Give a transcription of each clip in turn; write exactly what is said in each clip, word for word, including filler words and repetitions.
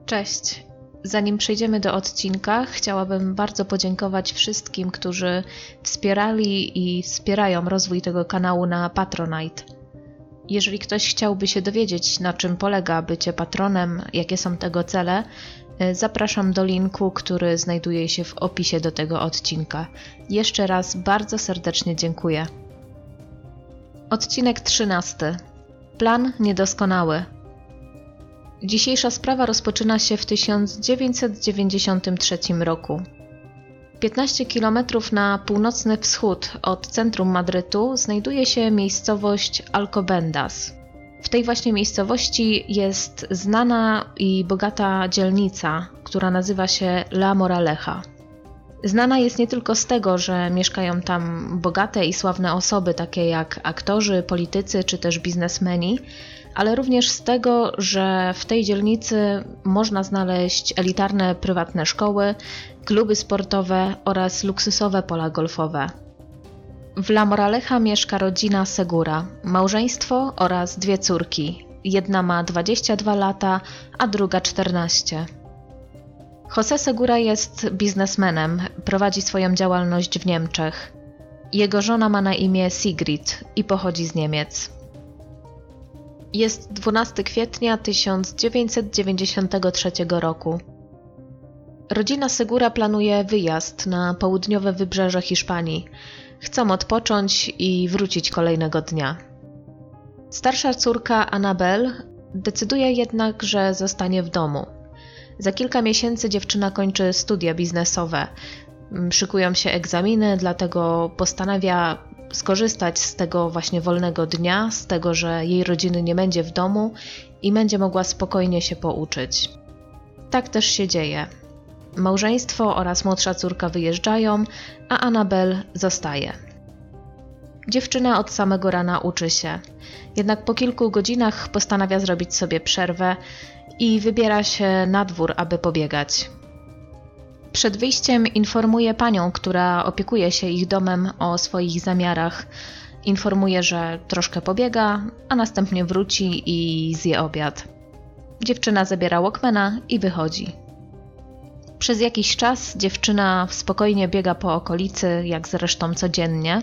Cześć. Zanim przejdziemy do odcinka, chciałabym bardzo podziękować wszystkim, którzy wspierali i wspierają rozwój tego kanału na Patronite. Jeżeli ktoś chciałby się dowiedzieć, na czym polega bycie patronem, jakie są tego cele, zapraszam do linku, który znajduje się w opisie do tego odcinka. Jeszcze raz bardzo serdecznie dziękuję. Odcinek trzynasty. Plan niedoskonały. Dzisiejsza sprawa rozpoczyna się w tysiąc dziewięćset dziewięćdziesiątym trzecim roku. piętnaście kilometrów na północny wschód od centrum Madrytu znajduje się miejscowość Alcobendas. W tej właśnie miejscowości jest znana i bogata dzielnica, która nazywa się La Moraleja. Znana jest nie tylko z tego, że mieszkają tam bogate i sławne osoby, takie jak aktorzy, politycy czy też biznesmeni, ale również z tego, że w tej dzielnicy można znaleźć elitarne prywatne szkoły, kluby sportowe oraz luksusowe pola golfowe. W La Moraleja mieszka rodzina Segura, małżeństwo oraz dwie córki. Jedna ma dwadzieścia dwa lata, a druga czternaście. José Segura jest biznesmenem, prowadzi swoją działalność w Niemczech. Jego żona ma na imię Sigrid i pochodzi z Niemiec. Jest dwunastego kwietnia tysiąc dziewięćset dziewięćdziesiątego trzeciego roku. Rodzina Segura planuje wyjazd na południowe wybrzeże Hiszpanii. Chcą odpocząć i wrócić kolejnego dnia. Starsza córka Anabel decyduje jednak, że zostanie w domu. Za kilka miesięcy dziewczyna kończy studia biznesowe. Szykują się egzaminy, dlatego postanawia skorzystać z tego właśnie wolnego dnia, z tego, że jej rodziny nie będzie w domu i będzie mogła spokojnie się pouczyć. Tak też się dzieje. Małżeństwo oraz młodsza córka wyjeżdżają, a Anabel zostaje. Dziewczyna od samego rana uczy się, jednak po kilku godzinach postanawia zrobić sobie przerwę i wybiera się na dwór, aby pobiegać. Przed wyjściem informuje panią, która opiekuje się ich domem, o swoich zamiarach. Informuje, że troszkę pobiega, a następnie wróci i zje obiad. Dziewczyna zabiera Walkmana i wychodzi. Przez jakiś czas dziewczyna spokojnie biega po okolicy, jak zresztą codziennie.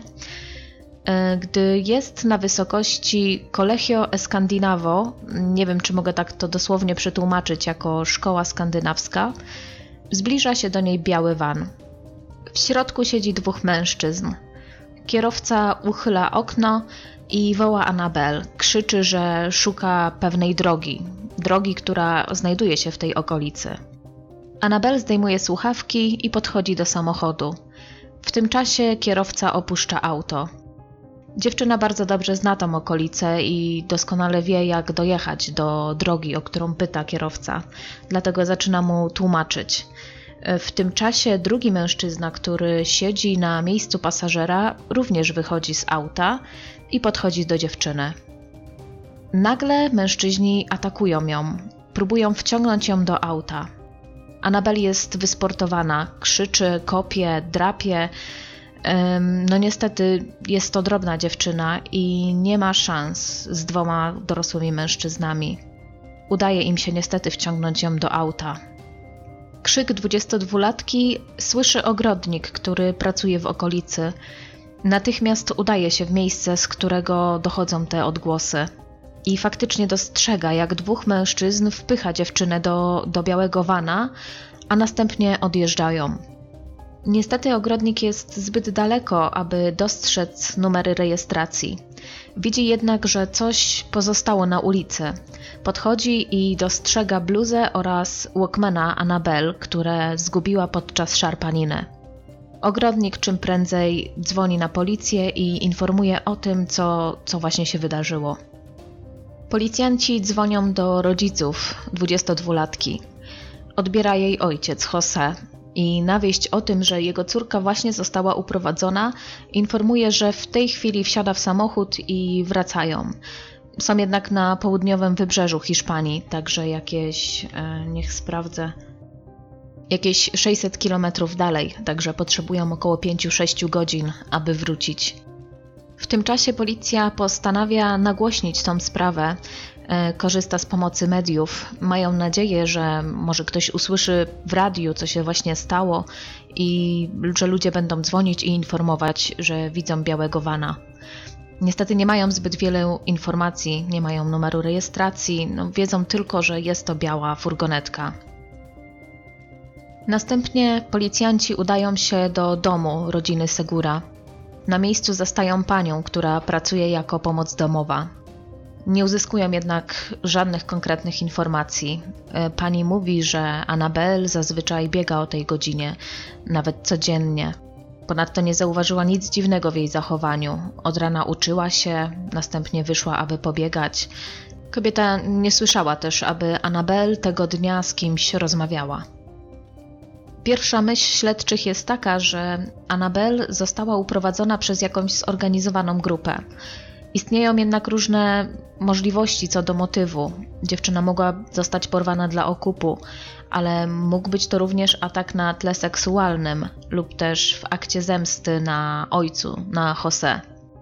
Gdy jest na wysokości Colegio Escandinavo, nie wiem, czy mogę tak to dosłownie przetłumaczyć jako szkoła skandynawska, zbliża się do niej biały van. W środku siedzi dwóch mężczyzn. Kierowca uchyla okno i woła Anabel. Krzyczy, że szuka pewnej drogi. Drogi, która znajduje się w tej okolicy. Anabel zdejmuje słuchawki i podchodzi do samochodu. W tym czasie kierowca opuszcza auto. Dziewczyna bardzo dobrze zna tą okolicę i doskonale wie, jak dojechać do drogi, o którą pyta kierowca. Dlatego zaczyna mu tłumaczyć. W tym czasie drugi mężczyzna, który siedzi na miejscu pasażera, również wychodzi z auta i podchodzi do dziewczyny. Nagle mężczyźni atakują ją, próbują wciągnąć ją do auta. Anabel jest wysportowana, krzyczy, kopie, drapie. No niestety jest to drobna dziewczyna i nie ma szans z dwoma dorosłymi mężczyznami. Udaje im się niestety wciągnąć ją do auta. Krzyk dwudziestodwulatki słyszy ogrodnik, który pracuje w okolicy. Natychmiast udaje się w miejsce, z którego dochodzą te odgłosy. I faktycznie dostrzega, jak dwóch mężczyzn wpycha dziewczynę do, do białego vana, a następnie odjeżdżają. Niestety ogrodnik jest zbyt daleko, aby dostrzec numery rejestracji. Widzi jednak, że coś pozostało na ulicy. Podchodzi i dostrzega bluzę oraz Walkmana Anabel, które zgubiła podczas szarpaniny. Ogrodnik czym prędzej dzwoni na policję i informuje o tym, co, co właśnie się wydarzyło. Policjanci dzwonią do rodziców dwudziestodwulatki. Odbiera jej ojciec, José. I na wieść o tym, że jego córka właśnie została uprowadzona, informuje, że w tej chwili wsiada w samochód i wracają. Są jednak na południowym wybrzeżu Hiszpanii, także jakieś, e, niech sprawdzę, jakieś sześćset kilometrów dalej, także potrzebują około pięć do sześciu godzin, aby wrócić. W tym czasie policja postanawia nagłośnić tą sprawę, korzysta z pomocy mediów. Mają nadzieję, że może ktoś usłyszy w radiu, co się właśnie stało i że ludzie będą dzwonić i informować, że widzą białego vana. Niestety nie mają zbyt wiele informacji, nie mają numeru rejestracji, no wiedzą tylko, że jest to biała furgonetka. Następnie policjanci udają się do domu rodziny Segura. Na miejscu zastają panią, która pracuje jako pomoc domowa. Nie uzyskują jednak żadnych konkretnych informacji. Pani mówi, że Annabelle zazwyczaj biega o tej godzinie, nawet codziennie. Ponadto nie zauważyła nic dziwnego w jej zachowaniu. Od rana uczyła się, następnie wyszła, aby pobiegać. Kobieta nie słyszała też, aby Annabelle tego dnia z kimś rozmawiała. Pierwsza myśl śledczych jest taka, że Annabelle została uprowadzona przez jakąś zorganizowaną grupę. Istnieją jednak różne możliwości co do motywu. Dziewczyna mogła zostać porwana dla okupu, ale mógł być to również atak na tle seksualnym lub też w akcie zemsty na ojcu, na José.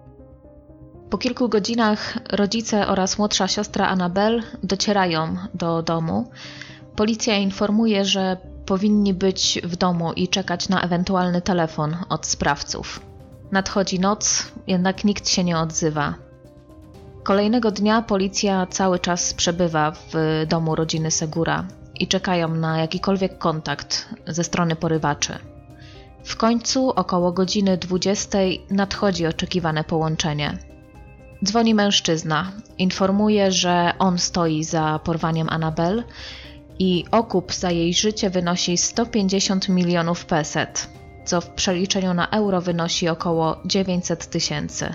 Po kilku godzinach rodzice oraz młodsza siostra Annabelle docierają do domu. Policja informuje, że powinni być w domu i czekać na ewentualny telefon od sprawców. Nadchodzi noc, jednak nikt się nie odzywa. Kolejnego dnia policja cały czas przebywa w domu rodziny Segura i czekają na jakikolwiek kontakt ze strony porywaczy. W końcu około godziny dwudziestej nadchodzi oczekiwane połączenie. Dzwoni mężczyzna, informuje, że on stoi za porwaniem Annabelle i okup za jej życie wynosi sto pięćdziesiąt milionów peset, co w przeliczeniu na euro wynosi około dziewięćset tysięcy.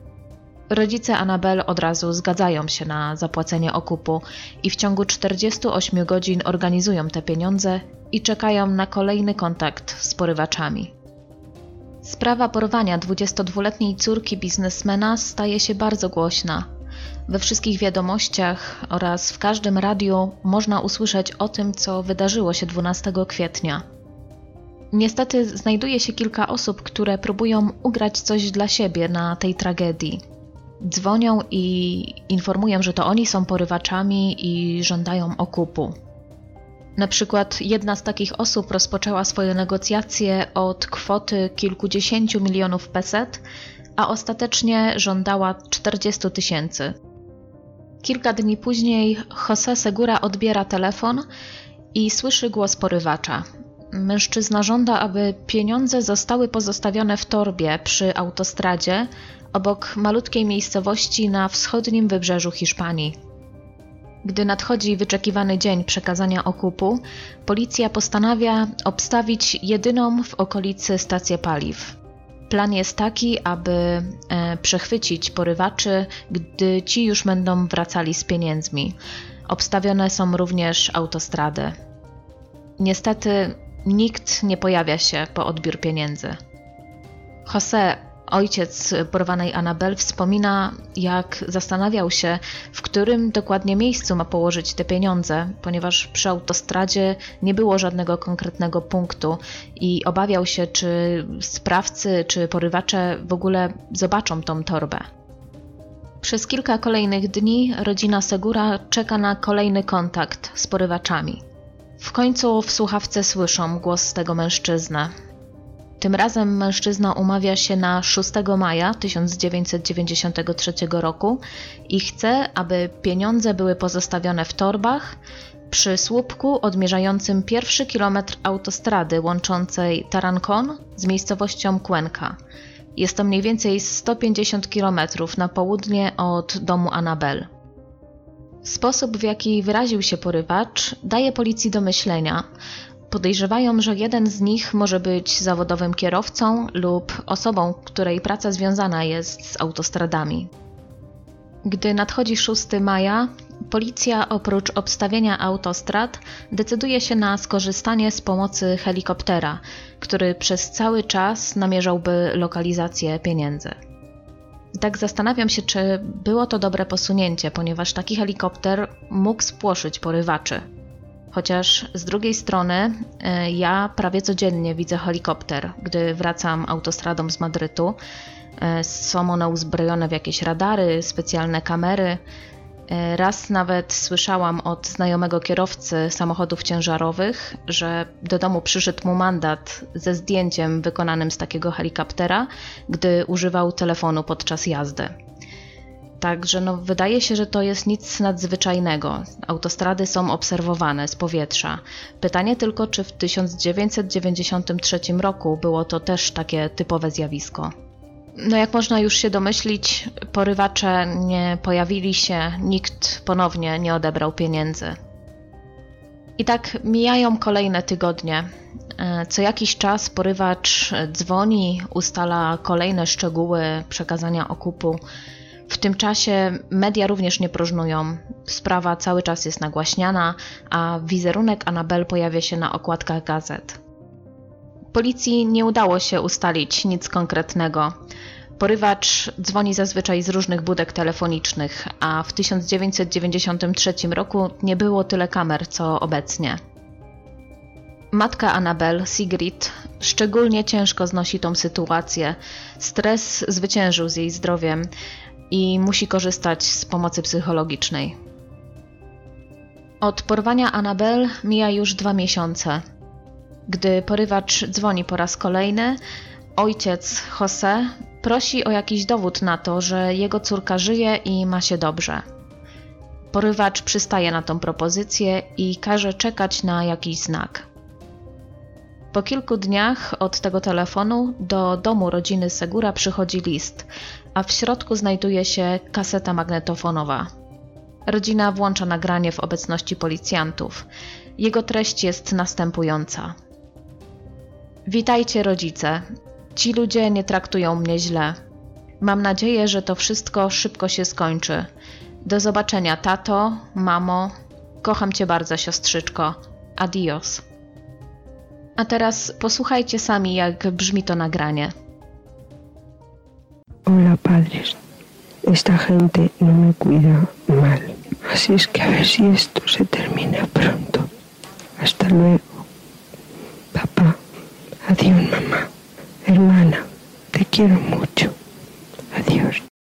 Rodzice Annabelle od razu zgadzają się na zapłacenie okupu i w ciągu czterdziestu ośmiu godzin organizują te pieniądze i czekają na kolejny kontakt z porywaczami. Sprawa porwania dwudziestodwuletniej córki biznesmena staje się bardzo głośna. We wszystkich wiadomościach oraz w każdym radiu można usłyszeć o tym, co wydarzyło się dwunastego kwietnia. Niestety znajduje się kilka osób, które próbują ugrać coś dla siebie na tej tragedii. Dzwonią i informują, że to oni są porywaczami i żądają okupu. Na przykład jedna z takich osób rozpoczęła swoje negocjacje od kwoty kilkudziesięciu milionów peset, a ostatecznie żądała czterdziestu tysięcy. Kilka dni później José Segura odbiera telefon i słyszy głos porywacza. Mężczyzna żąda, aby pieniądze zostały pozostawione w torbie przy autostradzie obok malutkiej miejscowości na wschodnim wybrzeżu Hiszpanii. Gdy nadchodzi wyczekiwany dzień przekazania okupu, policja postanawia obstawić jedyną w okolicy stację paliw. Plan jest taki, aby e, przechwycić porywaczy, gdy ci już będą wracali z pieniędzmi. Obstawione są również autostrady. Niestety nikt nie pojawia się po odbiór pieniędzy. José, ojciec porwanej Annabelle, wspomina, jak zastanawiał się, w którym dokładnie miejscu ma położyć te pieniądze, ponieważ przy autostradzie nie było żadnego konkretnego punktu i obawiał się, czy sprawcy, czy porywacze w ogóle zobaczą tą torbę. Przez kilka kolejnych dni rodzina Segura czeka na kolejny kontakt z porywaczami. W końcu w słuchawce słyszą głos tego mężczyzny. Tym razem mężczyzna umawia się na szóstego maja tysiąc dziewięćset dziewięćdziesiątego trzeciego roku i chce, aby pieniądze były pozostawione w torbach przy słupku odmierzającym pierwszy kilometr autostrady łączącej Tarancón z miejscowością Cuenca. Jest to mniej więcej sto pięćdziesiąt kilometrów na południe od domu Annabelle. Sposób, w jaki wyraził się porywacz, daje policji do myślenia. Podejrzewają, że jeden z nich może być zawodowym kierowcą lub osobą, której praca związana jest z autostradami. Gdy nadchodzi szóstego maja, policja oprócz obstawienia autostrad decyduje się na skorzystanie z pomocy helikoptera, który przez cały czas namierzałby lokalizację pieniędzy. Tak zastanawiam się, czy było to dobre posunięcie, ponieważ taki helikopter mógł spłoszyć porywaczy. Chociaż z drugiej strony ja prawie codziennie widzę helikopter, gdy wracam autostradą z Madrytu. Są one uzbrojone w jakieś radary, specjalne kamery. Raz nawet słyszałam od znajomego kierowcy samochodów ciężarowych, że do domu przyszedł mu mandat ze zdjęciem wykonanym z takiego helikoptera, gdy używał telefonu podczas jazdy. Także no, wydaje się, że to jest nic nadzwyczajnego. Autostrady są obserwowane z powietrza. Pytanie tylko, czy w tysiąc dziewięćset dziewięćdziesiątym trzecim roku było to też takie typowe zjawisko. No jak można już się domyślić, porywacze nie pojawili się, nikt ponownie nie odebrał pieniędzy. I tak mijają kolejne tygodnie. Co jakiś czas porywacz dzwoni, ustala kolejne szczegóły przekazania okupu. W tym czasie media również nie próżnują. Sprawa cały czas jest nagłaśniana, a wizerunek Annabel pojawia się na okładkach gazet. Policji nie udało się ustalić nic konkretnego. Porywacz dzwoni zazwyczaj z różnych budek telefonicznych, a w tysiąc dziewięćset dziewięćdziesiątym trzecim roku nie było tyle kamer, co obecnie. Matka Annabel, Sigrid, szczególnie ciężko znosi tą sytuację. Stres zwyciężył z jej zdrowiem i musi korzystać z pomocy psychologicznej. Od porwania Annabel mija już dwa miesiące. Gdy porywacz dzwoni po raz kolejny, ojciec José prosi o jakiś dowód na to, że jego córka żyje i ma się dobrze. Porywacz przystaje na tą propozycję i każe czekać na jakiś znak. Po kilku dniach od tego telefonu do domu rodziny Segura przychodzi list, a w środku znajduje się kaseta magnetofonowa. Rodzina włącza nagranie w obecności policjantów. Jego treść jest następująca. Witajcie rodzice. Ci ludzie nie traktują mnie źle. Mam nadzieję, że to wszystko szybko się skończy. Do zobaczenia, tato, mamo. Kocham cię bardzo, siostrzyczko. Adios. A teraz posłuchajcie sami, jak brzmi to nagranie. Hola padres, esta gente no me cuida mal, así es que a ver si esto se termina pronto. Hasta luego. Papá, adiós mamá, hermana, te quiero mucho. Adiós.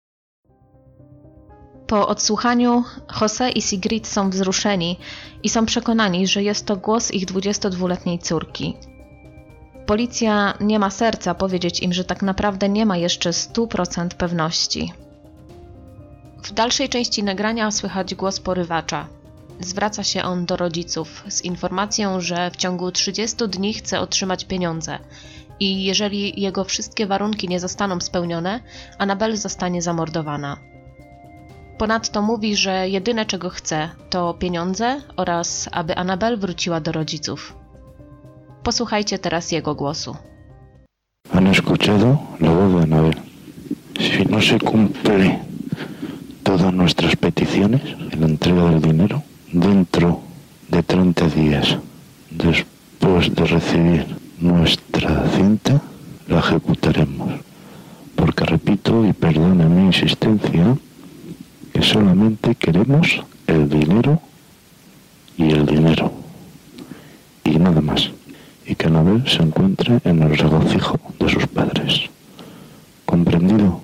Po odsłuchaniu José i Sigrid są wzruszeni i są przekonani, że jest to głos ich dwudziestodwuletniej córki. Policja nie ma serca powiedzieć im, że tak naprawdę nie ma jeszcze stu procent pewności. W dalszej części nagrania słychać głos porywacza. Zwraca się on do rodziców z informacją, że w ciągu trzydziestu dni chce otrzymać pieniądze i jeżeli jego wszystkie warunki nie zostaną spełnione, Annabel zostanie zamordowana. Ponadto mówi, że jedyne czego chce to pieniądze oraz aby Annabel wróciła do rodziców. Posłuchajcie teraz jego głosu. Han escuchado la voz de Annabel. Si no se cumple todas nuestras peticiones en la entrega del dinero, dentro de treinta días después de recibir nuestra cinta, la ejecutaremos. Porque repito y perdone mi insistencia, que solamente queremos el dinero y el dinero. Y nada más. Y que Annabel se encuentre en el regocijo de sus padres. ¿Comprendido?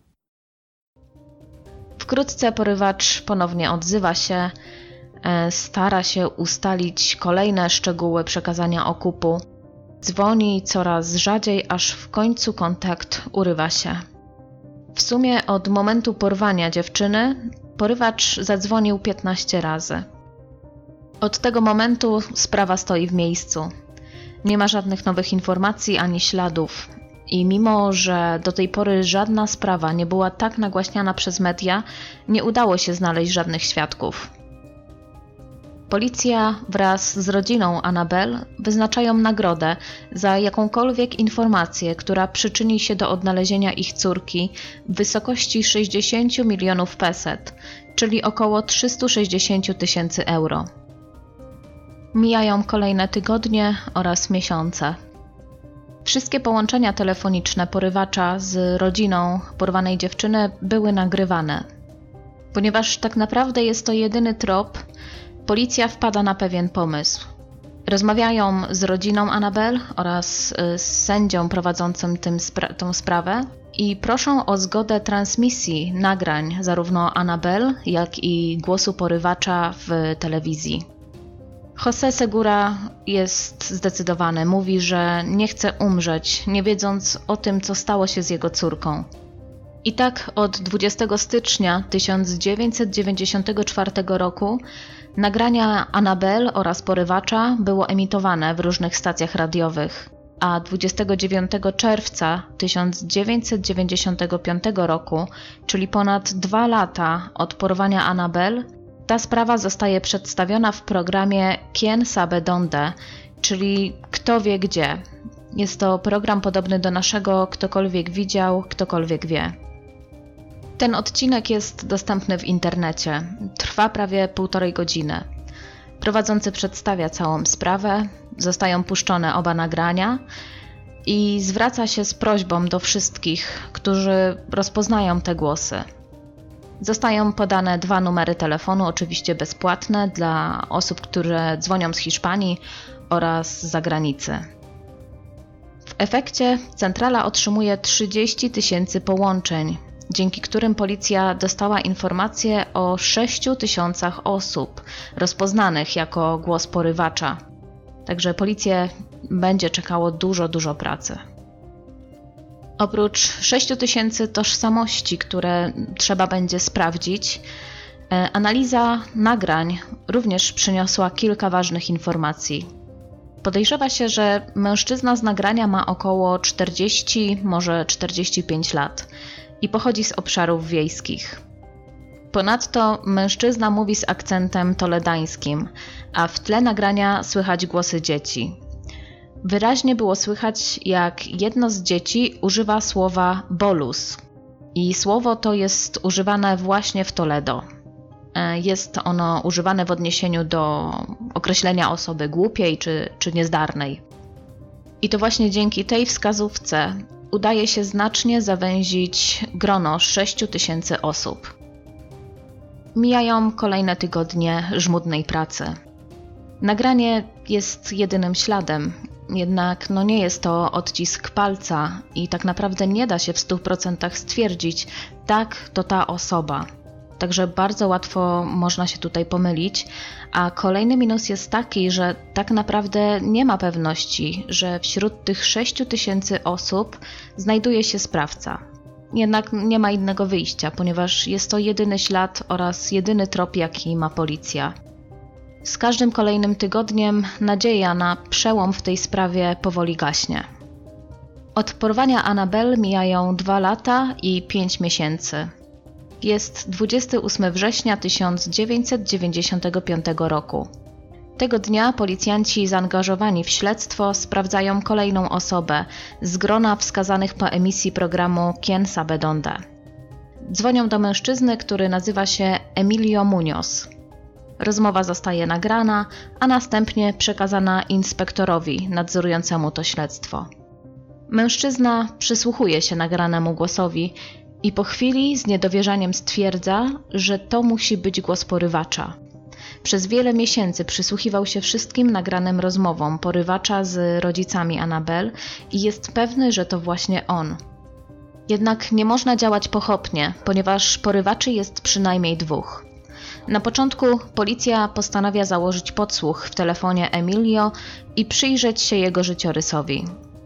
Wkrótce porywacz ponownie odzywa się, stara się ustalić kolejne szczegóły przekazania okupu. Dzwoni coraz rzadziej, aż w końcu kontakt urywa się. W sumie od momentu porwania dziewczyny porywacz zadzwonił piętnaście razy. Od tego momentu sprawa stoi w miejscu. Nie ma żadnych nowych informacji ani śladów. I mimo, że do tej pory żadna sprawa nie była tak nagłaśniana przez media, nie udało się znaleźć żadnych świadków. Policja wraz z rodziną Annabel wyznaczają nagrodę za jakąkolwiek informację, która przyczyni się do odnalezienia ich córki w wysokości sześćdziesiąt milionów peset, czyli około trzysta sześćdziesiąt tysięcy euro. Mijają kolejne tygodnie oraz miesiące. Wszystkie połączenia telefoniczne porywacza z rodziną porwanej dziewczyny były nagrywane. Ponieważ tak naprawdę jest to jedyny trop, policja wpada na pewien pomysł. Rozmawiają z rodziną Annabel oraz z sędzią prowadzącym tym spra- tą sprawę i proszą o zgodę transmisji nagrań zarówno Annabel, jak i głosu porywacza w telewizji. José Segura jest zdecydowany, mówi, że nie chce umrzeć, nie wiedząc o tym, co stało się z jego córką. I tak od dwudziestego stycznia tysiąc dziewięćset dziewięćdziesiątego czwartego roku nagrania Annabel oraz porywacza było emitowane w różnych stacjach radiowych, a dwudziestego dziewiątego czerwca tysiąc dziewięćset dziewięćdziesiątego piątego roku, czyli ponad dwa lata od porwania Annabel, ta sprawa zostaje przedstawiona w programie Quien sabe dónde, czyli Kto wie gdzie. Jest to program podobny do naszego Ktokolwiek widział, ktokolwiek wie. Ten odcinek jest dostępny w internecie. Trwa prawie półtorej godziny. Prowadzący przedstawia całą sprawę, zostają puszczone oba nagrania i zwraca się z prośbą do wszystkich, którzy rozpoznają te głosy. Zostają podane dwa numery telefonu, oczywiście bezpłatne dla osób, które dzwonią z Hiszpanii oraz z zagranicy. W efekcie centrala otrzymuje trzydzieści tysięcy połączeń, dzięki którym policja dostała informację o sześciu tysiącach osób rozpoznanych jako głos porywacza. Także policję będzie czekało dużo, dużo pracy. Oprócz sześciu tysięcy tożsamości, które trzeba będzie sprawdzić, analiza nagrań również przyniosła kilka ważnych informacji. Podejrzewa się, że mężczyzna z nagrania ma około czterdzieści, może czterdzieści pięć lat i pochodzi z obszarów wiejskich. Ponadto mężczyzna mówi z akcentem toledańskim, a w tle nagrania słychać głosy dzieci. Wyraźnie było słychać, jak jedno z dzieci używa słowa bolus i słowo to jest używane właśnie w Toledo. Jest ono używane w odniesieniu do określenia osoby głupiej czy, czy niezdarnej. I to właśnie dzięki tej wskazówce udaje się znacznie zawęzić grono sześciu tysięcy osób. Mijają kolejne tygodnie żmudnej pracy. Nagranie jest jedynym śladem, jednak no nie jest to odcisk palca i tak naprawdę nie da się w stu procentach stwierdzić, tak to ta osoba. Także bardzo łatwo można się tutaj pomylić, a kolejny minus jest taki, że tak naprawdę nie ma pewności, że wśród tych sześciu tysięcy osób znajduje się sprawca. Jednak nie ma innego wyjścia, ponieważ jest to jedyny ślad oraz jedyny trop, jaki ma policja. Z każdym kolejnym tygodniem nadzieja na przełom w tej sprawie powoli gaśnie. Od porwania Annabel mijają dwa lata i pięć miesięcy. Jest dwudziestego ósmego września tysiąc dziewięćset dziewięćdziesiątego piątego roku. Tego dnia policjanci zaangażowani w śledztwo sprawdzają kolejną osobę z grona wskazanych po emisji programu Quien sabe dónde. Dzwonią do mężczyzny, który nazywa się Emilio Muñoz. Rozmowa zostaje nagrana, a następnie przekazana inspektorowi nadzorującemu to śledztwo. Mężczyzna przysłuchuje się nagranemu głosowi i po chwili z niedowierzaniem stwierdza, że to musi być głos porywacza. Przez wiele miesięcy przysłuchiwał się wszystkim nagranym rozmowom porywacza z rodzicami Annabel i jest pewny, że to właśnie on. Jednak nie można działać pochopnie, ponieważ porywaczy jest przynajmniej dwóch. Na początku policja postanawia założyć podsłuch w telefonie Emilio i przyjrzeć się jego życiorysowi.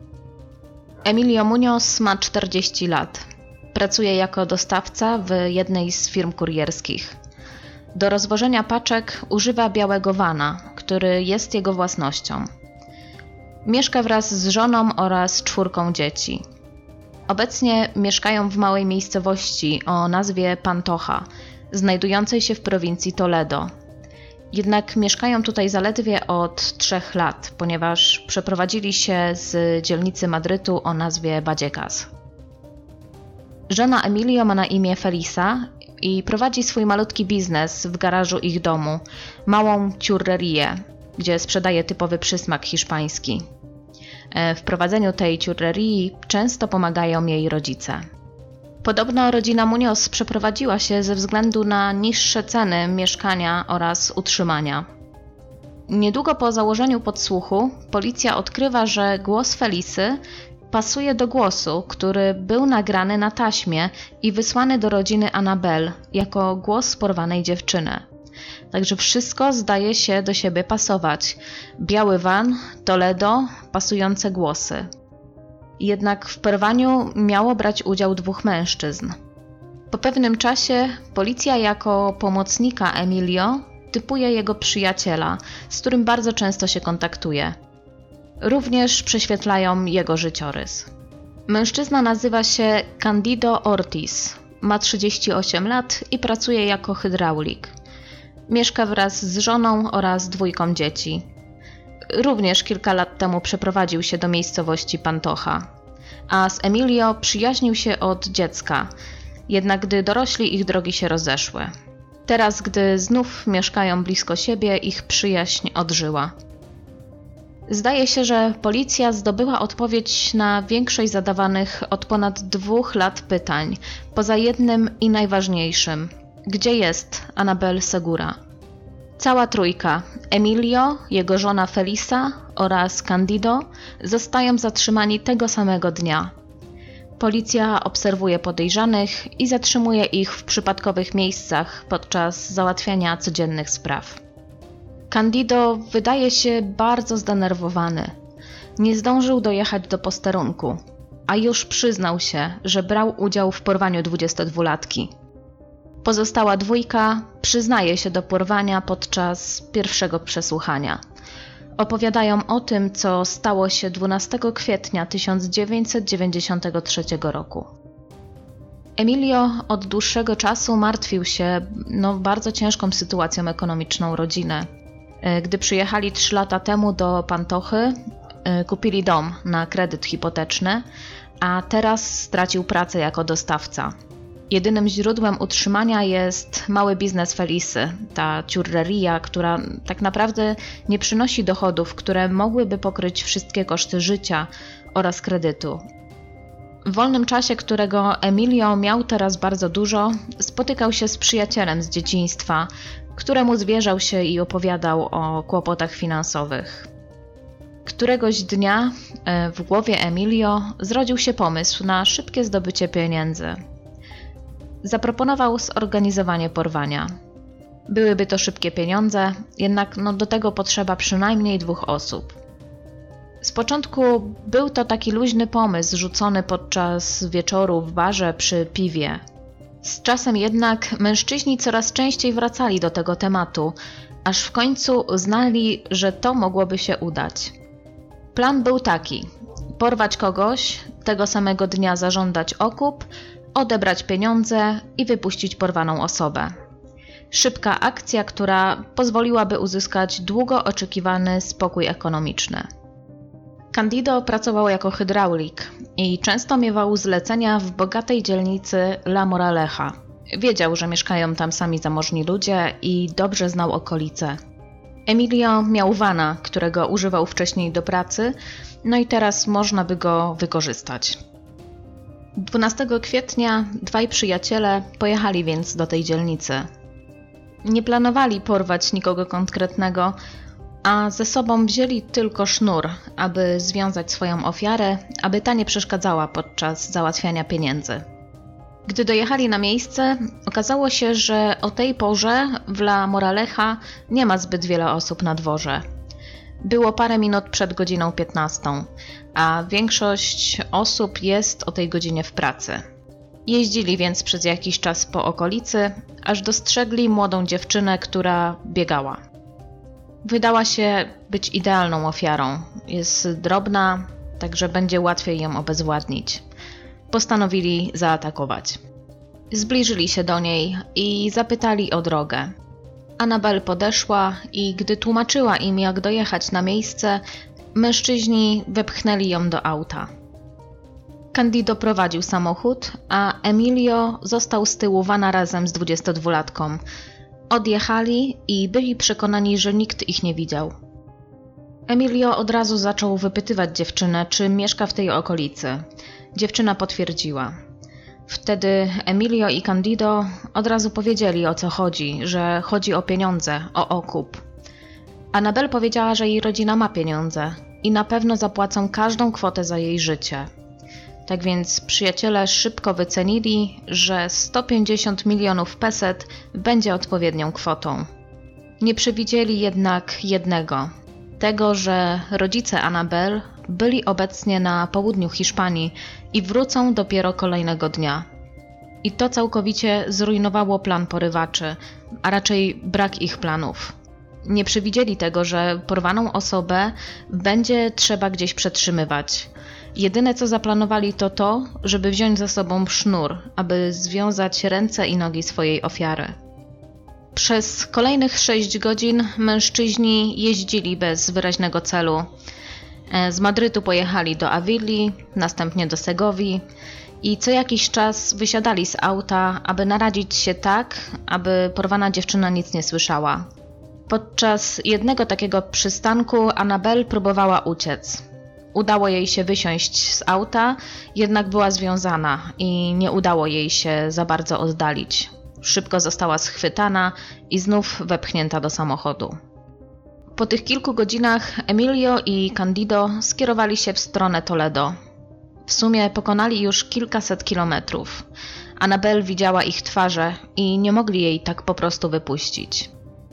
Emilio Muñoz ma czterdzieści lat. Pracuje jako dostawca w jednej z firm kurierskich. Do rozwożenia paczek używa białego vana, który jest jego własnością. Mieszka wraz z żoną oraz czwórką dzieci. Obecnie mieszkają w małej miejscowości o nazwie Pantoja, znajdującej się w prowincji Toledo. Jednak mieszkają tutaj zaledwie od trzech lat, ponieważ przeprowadzili się z dzielnicy Madrytu o nazwie Vallecas. Żona Emilio ma na imię Felisa i prowadzi swój malutki biznes w garażu ich domu, małą ciurrerię, gdzie sprzedaje typowy przysmak hiszpański. W prowadzeniu tej ciurrerii często pomagają jej rodzice. Podobno rodzina Muñoz przeprowadziła się ze względu na niższe ceny mieszkania oraz utrzymania. Niedługo po założeniu podsłuchu policja odkrywa, że głos Felisy pasuje do głosu, który był nagrany na taśmie i wysłany do rodziny Annabelle jako głos porwanej dziewczyny. Także wszystko zdaje się do siebie pasować. Biały van, Toledo, pasujące głosy. Jednak w porwaniu miało brać udział dwóch mężczyzn. Po pewnym czasie policja jako pomocnika Emilio typuje jego przyjaciela, z którym bardzo często się kontaktuje. Również prześwietlają jego życiorys. Mężczyzna nazywa się Candido Ortiz, ma trzydzieści osiem lat i pracuje jako hydraulik. Mieszka wraz z żoną oraz dwójką dzieci. Również kilka lat temu przeprowadził się do miejscowości Pantoja, a z Emilio przyjaźnił się od dziecka, jednak gdy dorośli, ich drogi się rozeszły. Teraz, gdy znów mieszkają blisko siebie, ich przyjaźń odżyła. Zdaje się, że policja zdobyła odpowiedź na większość zadawanych od ponad dwóch lat pytań, poza jednym i najważniejszym. Gdzie jest Annabelle Segura? Cała trójka, Emilio, jego żona Felisa oraz Candido, zostają zatrzymani tego samego dnia. Policja obserwuje podejrzanych i zatrzymuje ich w przypadkowych miejscach podczas załatwiania codziennych spraw. Candido wydaje się bardzo zdenerwowany. Nie zdążył dojechać do posterunku, a już przyznał się, że brał udział w porwaniu dwudziestodwulatki. Pozostała dwójka przyznaje się do porwania podczas pierwszego przesłuchania. Opowiadają o tym, co stało się dwunastego kwietnia tysiąc dziewięćset dziewięćdziesiątego trzeciego roku. Emilio od dłuższego czasu martwił się no, bardzo ciężką sytuacją ekonomiczną rodziny. Gdy przyjechali trzy lata temu do Pantochy, kupili dom na kredyt hipoteczny, a teraz stracił pracę jako dostawca. Jedynym źródłem utrzymania jest mały biznes Felisy, ta ciurreria, która tak naprawdę nie przynosi dochodów, które mogłyby pokryć wszystkie koszty życia oraz kredytu. W wolnym czasie, którego Emilio miał teraz bardzo dużo, spotykał się z przyjacielem z dzieciństwa, któremu zwierzał się i opowiadał o kłopotach finansowych. Któregoś dnia w głowie Emilio zrodził się pomysł na szybkie zdobycie pieniędzy. Zaproponował zorganizowanie porwania. Byłyby to szybkie pieniądze, jednak no, do tego potrzeba przynajmniej dwóch osób. Z początku był to taki luźny pomysł rzucony podczas wieczoru w barze przy piwie. Z czasem jednak mężczyźni coraz częściej wracali do tego tematu, aż w końcu uznali, że to mogłoby się udać. Plan był taki: porwać kogoś, tego samego dnia zażądać okup, odebrać pieniądze i wypuścić porwaną osobę. Szybka akcja, która pozwoliłaby uzyskać długo oczekiwany spokój ekonomiczny. Candido pracował jako hydraulik i często miewał zlecenia w bogatej dzielnicy La Moraleja. Wiedział, że mieszkają tam sami zamożni ludzie i dobrze znał okolice. Emilio miał vana, którego używał wcześniej do pracy, no i teraz można by go wykorzystać. dwunastego kwietnia dwaj przyjaciele pojechali więc do tej dzielnicy. Nie planowali porwać nikogo konkretnego, a ze sobą wzięli tylko sznur, aby związać swoją ofiarę, aby ta nie przeszkadzała podczas załatwiania pieniędzy. Gdy dojechali na miejsce, okazało się, że o tej porze w La Moraleja nie ma zbyt wiele osób na dworze. Było parę minut przed godziną piętnastą, a większość osób jest o tej godzinie w pracy. Jeździli więc przez jakiś czas po okolicy, aż dostrzegli młodą dziewczynę, która biegała. Wydała się być idealną ofiarą. Jest drobna, także będzie łatwiej ją obezwładnić. Postanowili zaatakować. Zbliżyli się do niej i zapytali o drogę. Annabelle podeszła i gdy tłumaczyła im, jak dojechać na miejsce, mężczyźni wepchnęli ją do auta. Candido prowadził samochód, a Emilio został z tyłu vana razem z dwudziestodwulatką. Odjechali i byli przekonani, że nikt ich nie widział. Emilio od razu zaczął wypytywać dziewczynę, czy mieszka w tej okolicy. Dziewczyna potwierdziła. Wtedy Emilio i Candido od razu powiedzieli, o co chodzi, że chodzi o pieniądze, o okup. Annabel powiedziała, że jej rodzina ma pieniądze i na pewno zapłacą każdą kwotę za jej życie. Tak więc przyjaciele szybko wycenili, że sto pięćdziesiąt milionów peset będzie odpowiednią kwotą. Nie przewidzieli jednak jednego. Tego, że rodzice Annabel byli obecnie na południu Hiszpanii i wrócą dopiero kolejnego dnia. I to całkowicie zrujnowało plan porywaczy, a raczej brak ich planów. Nie przewidzieli tego, że porwaną osobę będzie trzeba gdzieś przetrzymywać. Jedyne co zaplanowali to to, żeby wziąć ze sobą sznur, aby związać ręce i nogi swojej ofiary. Przez kolejnych sześć godzin mężczyźni jeździli bez wyraźnego celu. Z Madrytu pojechali do Awilii, następnie do Segowii i co jakiś czas wysiadali z auta, aby naradzić się tak, aby porwana dziewczyna nic nie słyszała. Podczas jednego takiego przystanku Annabel próbowała uciec. Udało jej się wysiąść z auta, jednak była związana i nie udało jej się za bardzo oddalić. Szybko została schwytana i znów wepchnięta do samochodu. Po tych kilku godzinach Emilio i Candido skierowali się w stronę Toledo. W sumie pokonali już kilkaset kilometrów. Annabel widziała ich twarze i nie mogli jej tak po prostu wypuścić.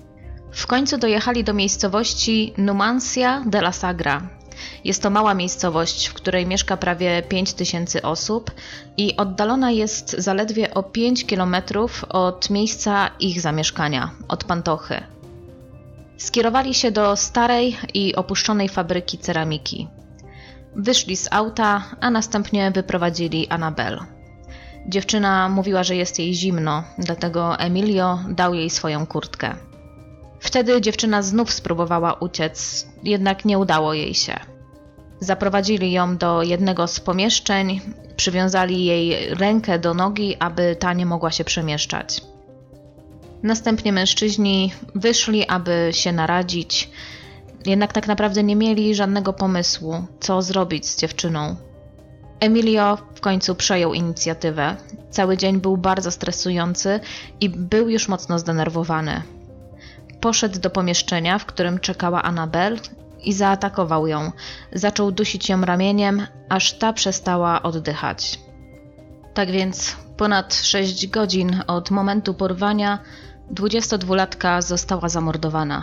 W końcu dojechali do miejscowości Numancia de la Sagra. Jest to mała miejscowość, w której mieszka prawie pięć tysięcy osób i oddalona jest zaledwie o pięć kilometrów od miejsca ich zamieszkania, od Pantochy. Skierowali się do starej i opuszczonej fabryki ceramiki. Wyszli z auta, a następnie wyprowadzili Annabel. Dziewczyna mówiła, że jest jej zimno, dlatego Emilio dał jej swoją kurtkę. Wtedy dziewczyna znów spróbowała uciec, jednak nie udało jej się. Zaprowadzili ją do jednego z pomieszczeń, przywiązali jej rękę do nogi, aby ta nie mogła się przemieszczać. Następnie mężczyźni wyszli, aby się naradzić, jednak tak naprawdę nie mieli żadnego pomysłu, co zrobić z dziewczyną. Emilio w końcu przejął inicjatywę. Cały dzień był bardzo stresujący i był już mocno zdenerwowany. Poszedł do pomieszczenia, w którym czekała Annabel i zaatakował ją. Zaczął dusić ją ramieniem, aż ta przestała oddychać. Tak więc ponad sześć godzin od momentu porwania dwudziestodwulatka została zamordowana.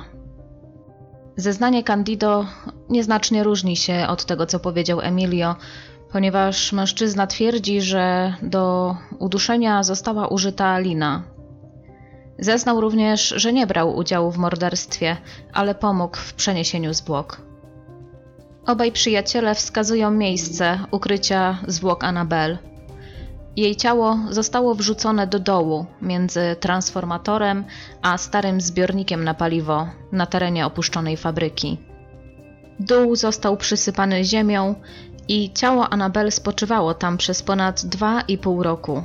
Zeznanie Candido nieznacznie różni się od tego, co powiedział Emilio, ponieważ mężczyzna twierdzi, że do uduszenia została użyta lina. Zeznał również, że nie brał udziału w morderstwie, ale pomógł w przeniesieniu zwłok. Obaj przyjaciele wskazują miejsce ukrycia zwłok Annabel. Jej ciało zostało wrzucone do dołu między transformatorem a starym zbiornikiem na paliwo na terenie opuszczonej fabryki. Dół został przysypany ziemią i ciało Annabel spoczywało tam przez ponad dwa i pół roku.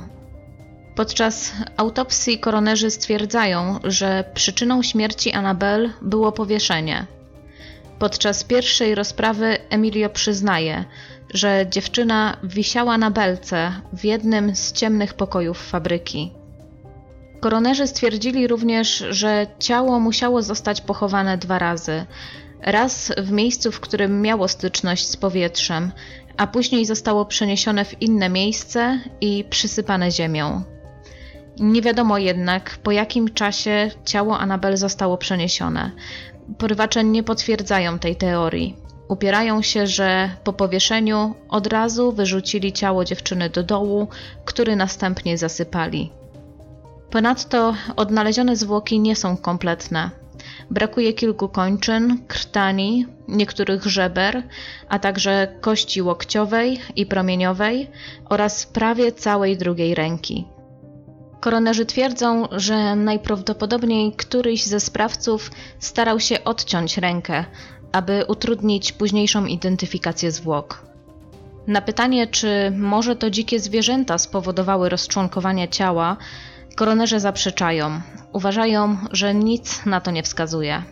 Podczas autopsji koronerzy stwierdzają, że przyczyną śmierci Annabel było powieszenie. Podczas pierwszej rozprawy Emilio przyznaje, że dziewczyna wisiała na belce w jednym z ciemnych pokojów fabryki. Koronerzy stwierdzili również, że ciało musiało zostać pochowane dwa razy. Raz w miejscu, w którym miało styczność z powietrzem, a później zostało przeniesione w inne miejsce i przysypane ziemią. Nie wiadomo jednak, po jakim czasie ciało Annabel zostało przeniesione. Porywacze nie potwierdzają tej teorii. Upierają się, że po powieszeniu od razu wyrzucili ciało dziewczyny do dołu, który następnie zasypali. Ponadto odnalezione zwłoki nie są kompletne. Brakuje kilku kończyn, krtani, niektórych żeber, a także kości łokciowej i promieniowej oraz prawie całej drugiej ręki. Koronerzy twierdzą, że najprawdopodobniej któryś ze sprawców starał się odciąć rękę, aby utrudnić późniejszą identyfikację zwłok. Na pytanie, czy może to dzikie zwierzęta spowodowały rozczłonkowanie ciała, koronerzy zaprzeczają. Uważają, że nic na to nie wskazuje.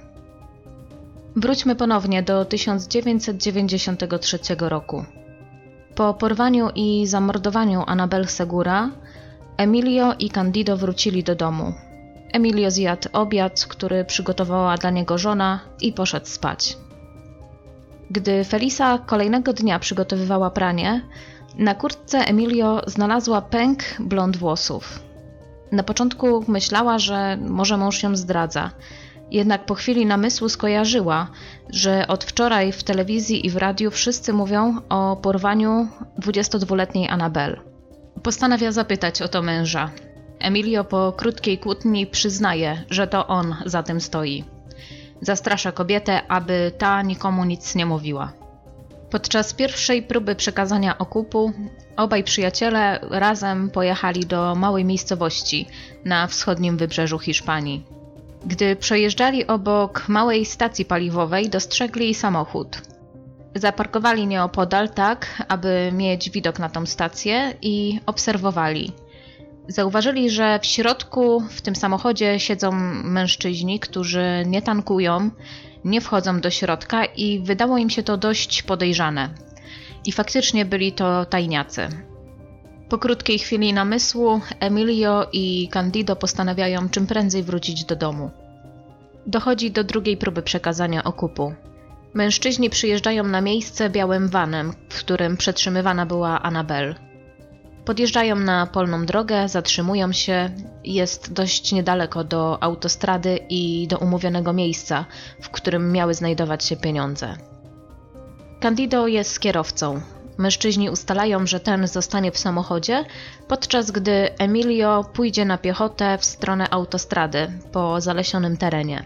Wróćmy ponownie do tysiąc dziewięćset dziewięćdziesiątego trzeciego roku. Po porwaniu i zamordowaniu Annabel Segura, Emilio i Candido wrócili do domu. Emilio zjadł obiad, który przygotowała dla niego żona i poszedł spać. Gdy Felisa kolejnego dnia przygotowywała pranie, na kurtce Emilio znalazła pęk blond włosów. Na początku myślała, że może mąż ją zdradza, jednak po chwili namysłu skojarzyła, że od wczoraj w telewizji i w radiu wszyscy mówią o porwaniu dwudziestodwuletniej Annabel. Postanawia zapytać o to męża. Emilio po krótkiej kłótni przyznaje, że to on za tym stoi. Zastrasza kobietę, aby ta nikomu nic nie mówiła. Podczas pierwszej próby przekazania okupu obaj przyjaciele razem pojechali do małej miejscowości na wschodnim wybrzeżu Hiszpanii. Gdy przejeżdżali obok małej stacji paliwowej, dostrzegli samochód. Zaparkowali nieopodal tak, aby mieć widok na tą stację i obserwowali. Zauważyli, że w środku w tym samochodzie siedzą mężczyźni, którzy nie tankują, nie wchodzą do środka i wydało im się to dość podejrzane. I faktycznie byli to tajniacy. Po krótkiej chwili namysłu Emilio i Candido postanawiają czym prędzej wrócić do domu. Dochodzi do drugiej próby przekazania okupu. Mężczyźni przyjeżdżają na miejsce białym vanem, w którym przetrzymywana była Annabel. Podjeżdżają na polną drogę, zatrzymują się, jest dość niedaleko do autostrady i do umówionego miejsca, w którym miały znajdować się pieniądze. Candido jest kierowcą. Mężczyźni ustalają, że ten zostanie w samochodzie, podczas gdy Emilio pójdzie na piechotę w stronę autostrady po zalesionym terenie.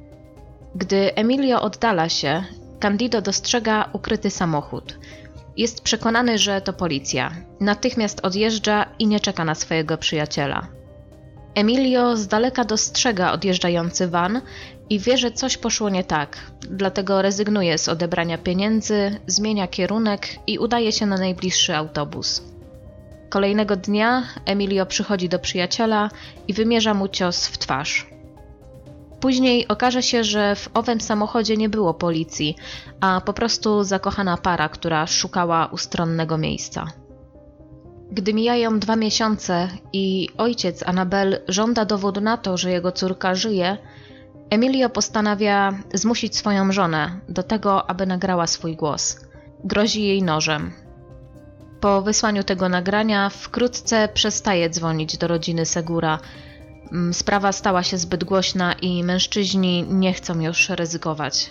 Gdy Emilio oddala się, Candido dostrzega ukryty samochód. Jest przekonany, że to policja. Natychmiast odjeżdża i nie czeka na swojego przyjaciela. Emilio z daleka dostrzega odjeżdżający van i wie, że coś poszło nie tak, dlatego rezygnuje z odebrania pieniędzy, zmienia kierunek i udaje się na najbliższy autobus. Kolejnego dnia Emilio przychodzi do przyjaciela i wymierza mu cios w twarz. Później okaże się, że w owym samochodzie nie było policji, a po prostu zakochana para, która szukała ustronnego miejsca. Gdy mijają dwa miesiące i ojciec Annabel żąda dowodu na to, że jego córka żyje, Emilio postanawia zmusić swoją żonę do tego, aby nagrała swój głos. Grozi jej nożem. Po wysłaniu tego nagrania wkrótce przestaje dzwonić do rodziny Segura. Sprawa stała się zbyt głośna i mężczyźni nie chcą już ryzykować.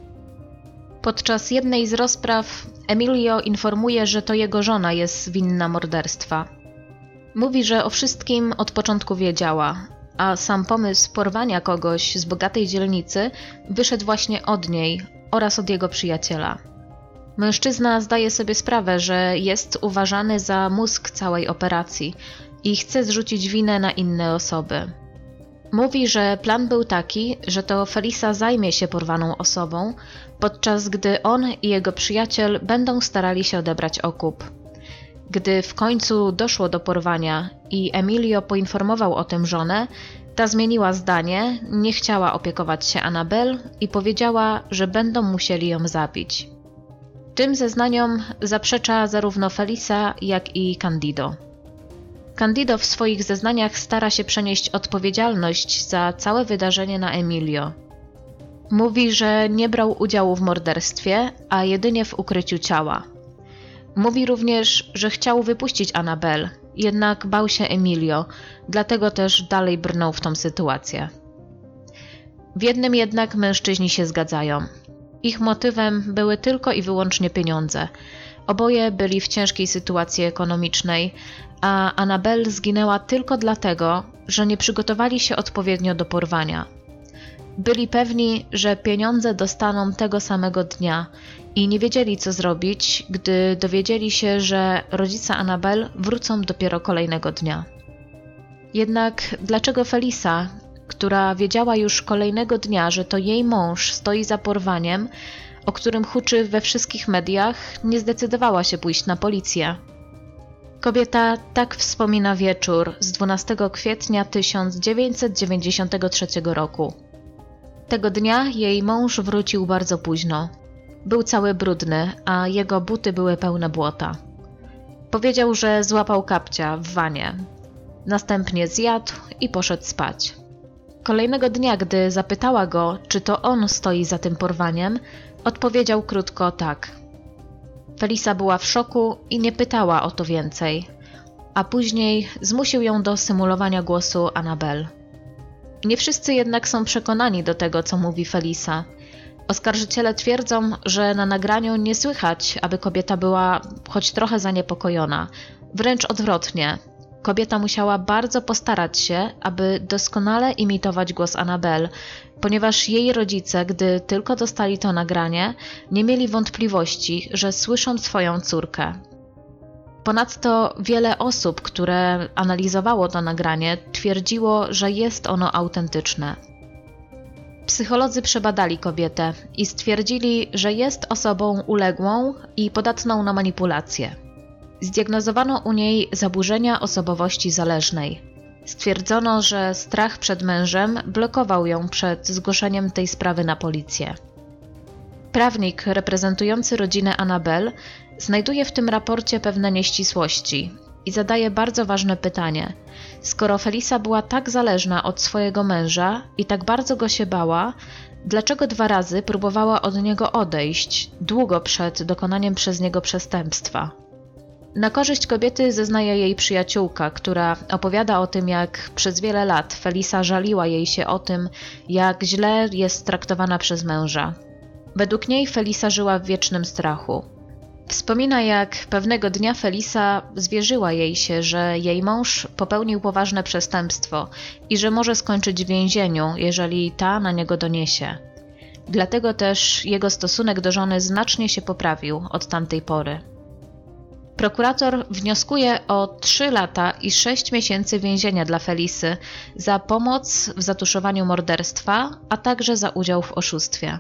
Podczas jednej z rozpraw Emilio informuje, że to jego żona jest winna morderstwa. Mówi, że o wszystkim od początku wiedziała, a sam pomysł porwania kogoś z bogatej dzielnicy wyszedł właśnie od niej oraz od jego przyjaciela. Mężczyzna zdaje sobie sprawę, że jest uważany za mózg całej operacji i chce zrzucić winę na inne osoby. Mówi, że plan był taki, że to Felisa zajmie się porwaną osobą, podczas gdy on i jego przyjaciel będą starali się odebrać okup. Gdy w końcu doszło do porwania i Emilio poinformował o tym żonę, ta zmieniła zdanie, nie chciała opiekować się Annabel i powiedziała, że będą musieli ją zabić. Tym zeznaniom zaprzecza zarówno Felisa, jak i Candido. Candido w swoich zeznaniach stara się przenieść odpowiedzialność za całe wydarzenie na Emilio. Mówi, że nie brał udziału w morderstwie, a jedynie w ukryciu ciała. Mówi również, że chciał wypuścić Annabel, jednak bał się Emilio, dlatego też dalej brnął w tą sytuację. W jednym jednak mężczyźni się zgadzają. Ich motywem były tylko i wyłącznie pieniądze. Oboje byli w ciężkiej sytuacji ekonomicznej, a Annabel zginęła tylko dlatego, że nie przygotowali się odpowiednio do porwania. Byli pewni, że pieniądze dostaną tego samego dnia i nie wiedzieli, co zrobić, gdy dowiedzieli się, że rodzice Annabel wrócą dopiero kolejnego dnia. Jednak dlaczego Felisa, która wiedziała już kolejnego dnia, że to jej mąż stoi za porwaniem, o którym huczy we wszystkich mediach, nie zdecydowała się pójść na policję? Kobieta tak wspomina wieczór z dwunastego kwietnia tysiąc dziewięćset dziewięćdziesiątego trzeciego roku. Tego dnia jej mąż wrócił bardzo późno. Był cały brudny, a jego buty były pełne błota. Powiedział, że złapał kapcia w wanie. Następnie zjadł i poszedł spać. Kolejnego dnia, gdy zapytała go, czy to on stoi za tym porwaniem, odpowiedział krótko tak. Felisa była w szoku i nie pytała o to więcej, a później zmusił ją do symulowania głosu Annabelle. Nie wszyscy jednak są przekonani do tego, co mówi Felisa. Oskarżyciele twierdzą, że na nagraniu nie słychać, aby kobieta była choć trochę zaniepokojona. Wręcz odwrotnie. Kobieta musiała bardzo postarać się, aby doskonale imitować głos Annabelle, ponieważ jej rodzice, gdy tylko dostali to nagranie, nie mieli wątpliwości, że słyszą swoją córkę. Ponadto wiele osób, które analizowało to nagranie, twierdziło, że jest ono autentyczne. Psycholodzy przebadali kobietę i stwierdzili, że jest osobą uległą i podatną na manipulacje. Zdiagnozowano u niej zaburzenia osobowości zależnej. Stwierdzono, że strach przed mężem blokował ją przed zgłoszeniem tej sprawy na policję. Prawnik reprezentujący rodzinę Annabelle znajduje w tym raporcie pewne nieścisłości i zadaje bardzo ważne pytanie. Skoro Felisa była tak zależna od swojego męża i tak bardzo go się bała, dlaczego dwa razy próbowała od niego odejść, długo przed dokonaniem przez niego przestępstwa? Na korzyść kobiety zeznaje jej przyjaciółka, która opowiada o tym, jak przez wiele lat Felisa żaliła jej się o tym, jak źle jest traktowana przez męża. Według niej Felisa żyła w wiecznym strachu. Wspomina, jak pewnego dnia Felisa zwierzyła jej się, że jej mąż popełnił poważne przestępstwo i że może skończyć w więzieniu, jeżeli ta na niego doniesie. Dlatego też jego stosunek do żony znacznie się poprawił od tamtej pory. Prokurator wnioskuje o trzy lata i sześć miesięcy więzienia dla Felisy za pomoc w zatuszowaniu morderstwa, a także za udział w oszustwie.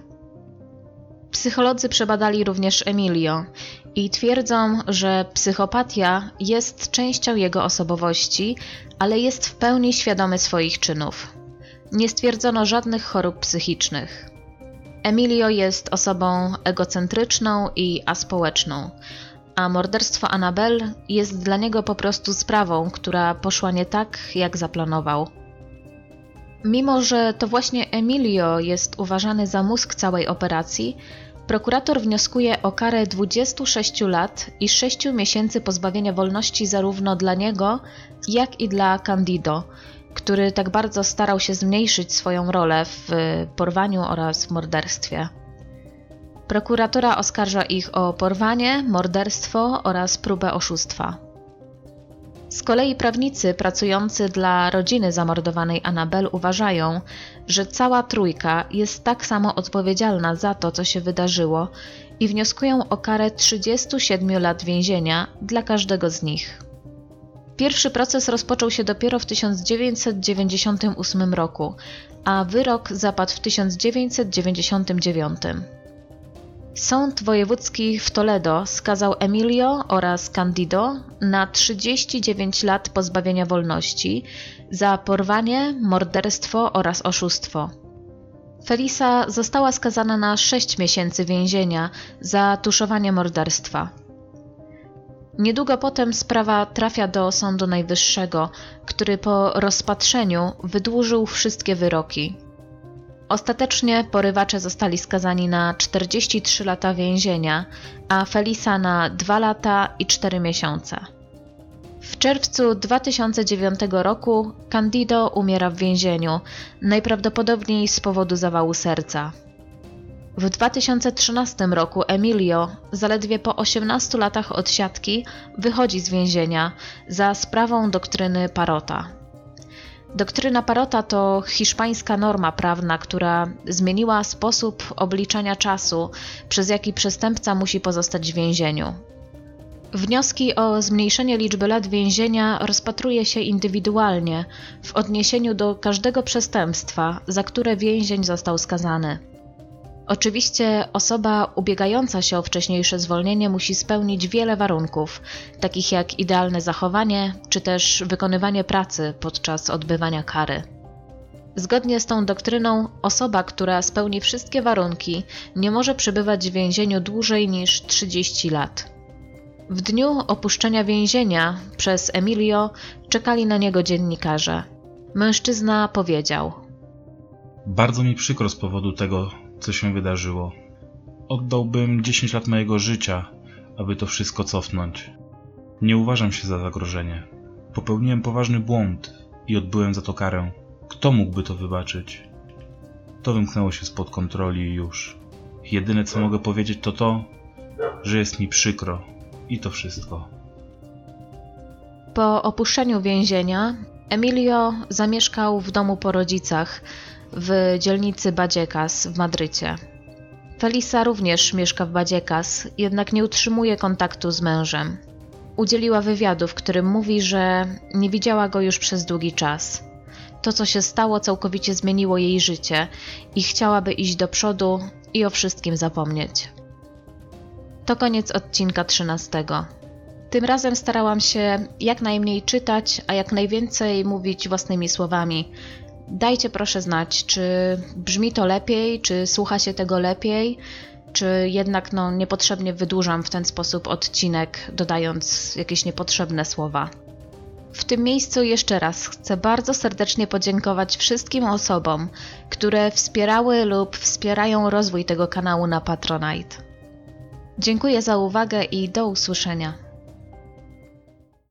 Psycholodzy przebadali również Emilio i twierdzą, że psychopatia jest częścią jego osobowości, ale jest w pełni świadomy swoich czynów. Nie stwierdzono żadnych chorób psychicznych. Emilio jest osobą egocentryczną i aspołeczną, a morderstwo Annabelle jest dla niego po prostu sprawą, która poszła nie tak, jak zaplanował. Mimo że to właśnie Emilio jest uważany za mózg całej operacji, prokurator wnioskuje o karę dwudziestu sześciu lat i sześciu miesięcy pozbawienia wolności zarówno dla niego, jak i dla Candido, który tak bardzo starał się zmniejszyć swoją rolę w porwaniu oraz w morderstwie. Prokuratura oskarża ich o porwanie, morderstwo oraz próbę oszustwa. Z kolei prawnicy pracujący dla rodziny zamordowanej Annabelle uważają, że cała trójka jest tak samo odpowiedzialna za to, co się wydarzyło i wnioskują o karę trzydziestu siedmiu lat więzienia dla każdego z nich. Pierwszy proces rozpoczął się dopiero w tysiąc dziewięćset dziewięćdziesiątym ósmym roku, a wyrok zapadł w tysiąc dziewięćset dziewięćdziesiątym dziewiątym. Sąd wojewódzki w Toledo skazał Emilio oraz Candido na trzydzieści dziewięć lat pozbawienia wolności za porwanie, morderstwo oraz oszustwo. Felisa została skazana na sześć miesięcy więzienia za tuszowanie morderstwa. Niedługo potem sprawa trafia do Sądu Najwyższego, który po rozpatrzeniu wydłużył wszystkie wyroki. Ostatecznie porywacze zostali skazani na czterdzieści trzy lata więzienia, a Felisa na dwa lata i cztery miesiące. W czerwcu dwa tysiące dziewiątego roku Candido umiera w więzieniu, najprawdopodobniej z powodu zawału serca. W dwa tysiące trzynastym roku Emilio, zaledwie po osiemnastu latach odsiadki, wychodzi z więzienia za sprawą doktryny Parota. Doktryna Parota to hiszpańska norma prawna, która zmieniła sposób obliczania czasu, przez jaki przestępca musi pozostać w więzieniu. Wnioski o zmniejszenie liczby lat więzienia rozpatruje się indywidualnie w odniesieniu do każdego przestępstwa, za które więzień został skazany. Oczywiście osoba ubiegająca się o wcześniejsze zwolnienie musi spełnić wiele warunków, takich jak idealne zachowanie czy też wykonywanie pracy podczas odbywania kary. Zgodnie z tą doktryną osoba, która spełni wszystkie warunki, nie może przebywać w więzieniu dłużej niż trzydzieści lat. W dniu opuszczenia więzienia przez Emilio czekali na niego dziennikarze. Mężczyzna powiedział: Bardzo mi przykro z powodu tego, co się wydarzyło. Oddałbym dziesięć lat mojego życia, aby to wszystko cofnąć. Nie uważam się za zagrożenie. Popełniłem poważny błąd i odbyłem za to karę. Kto mógłby to wybaczyć? To wymknęło się spod kontroli i już. Jedyne co mogę powiedzieć to to, że jest mi przykro i to wszystko. Po opuszczeniu więzienia Emilio zamieszkał w domu po rodzicach w dzielnicy Vallecas w Madrycie. Felisa również mieszka w Vallecas, jednak nie utrzymuje kontaktu z mężem. Udzieliła wywiadu, w którym mówi, że nie widziała go już przez długi czas. To, co się stało, całkowicie zmieniło jej życie i chciałaby iść do przodu i o wszystkim zapomnieć. To koniec odcinka trzynastego. Tym razem starałam się jak najmniej czytać, a jak najwięcej mówić własnymi słowami. Dajcie proszę znać, czy brzmi to lepiej, czy słucha się tego lepiej, czy jednak no, niepotrzebnie wydłużam w ten sposób odcinek, dodając jakieś niepotrzebne słowa. W tym miejscu jeszcze raz chcę bardzo serdecznie podziękować wszystkim osobom, które wspierały lub wspierają rozwój tego kanału na Patronite. Dziękuję za uwagę i do usłyszenia.